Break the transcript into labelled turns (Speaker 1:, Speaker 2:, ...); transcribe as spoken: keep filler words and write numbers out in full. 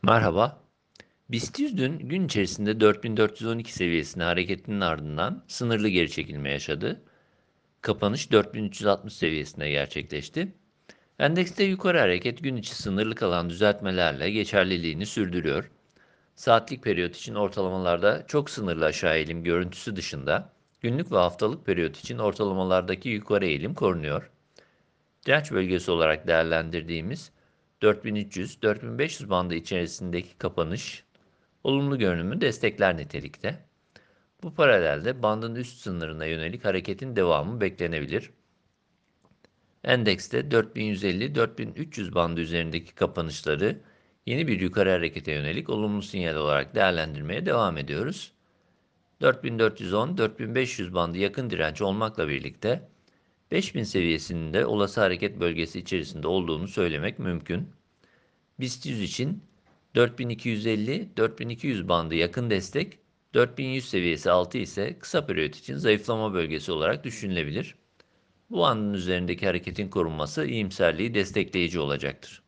Speaker 1: Merhaba. BIST yüz dün gün içerisinde dört bin dört yüz on iki seviyesinde hareketinin ardından sınırlı geri çekilme yaşadı. Kapanış dört bin üç yüz altmış seviyesinde gerçekleşti. Endekste yukarı hareket gün içi sınırlı kalan düzeltmelerle geçerliliğini sürdürüyor. Saatlik periyot için ortalamalarda çok sınırlı aşağı eğilim görüntüsü dışında günlük ve haftalık periyot için ortalamalardaki yukarı eğilim korunuyor. Direnç bölgesi olarak değerlendirdiğimiz dört bin üç yüz dört bin beş yüz bandı içerisindeki kapanış olumlu görünümü destekler nitelikte. Bu paralelde bandın üst sınırına yönelik hareketin devamı beklenebilir. Endekste dört bin yüz elli dört bin üç yüz bandı üzerindeki kapanışları yeni bir yukarı harekete yönelik olumlu sinyal olarak değerlendirmeye devam ediyoruz. dört bin dört yüz on dört bin beş yüz bandı yakın direnç olmakla birlikte beş bin seviyesinin de olası hareket bölgesi içerisinde olduğunu söylemek mümkün. BIST yüz için dört bin iki yüz elli dört bin iki yüz bandı yakın destek, dört bin yüz seviyesi altı ise kısa periyot için zayıflama bölgesi olarak düşünülebilir. Bu bandın üzerindeki hareketin korunması iyimserliği destekleyici olacaktır.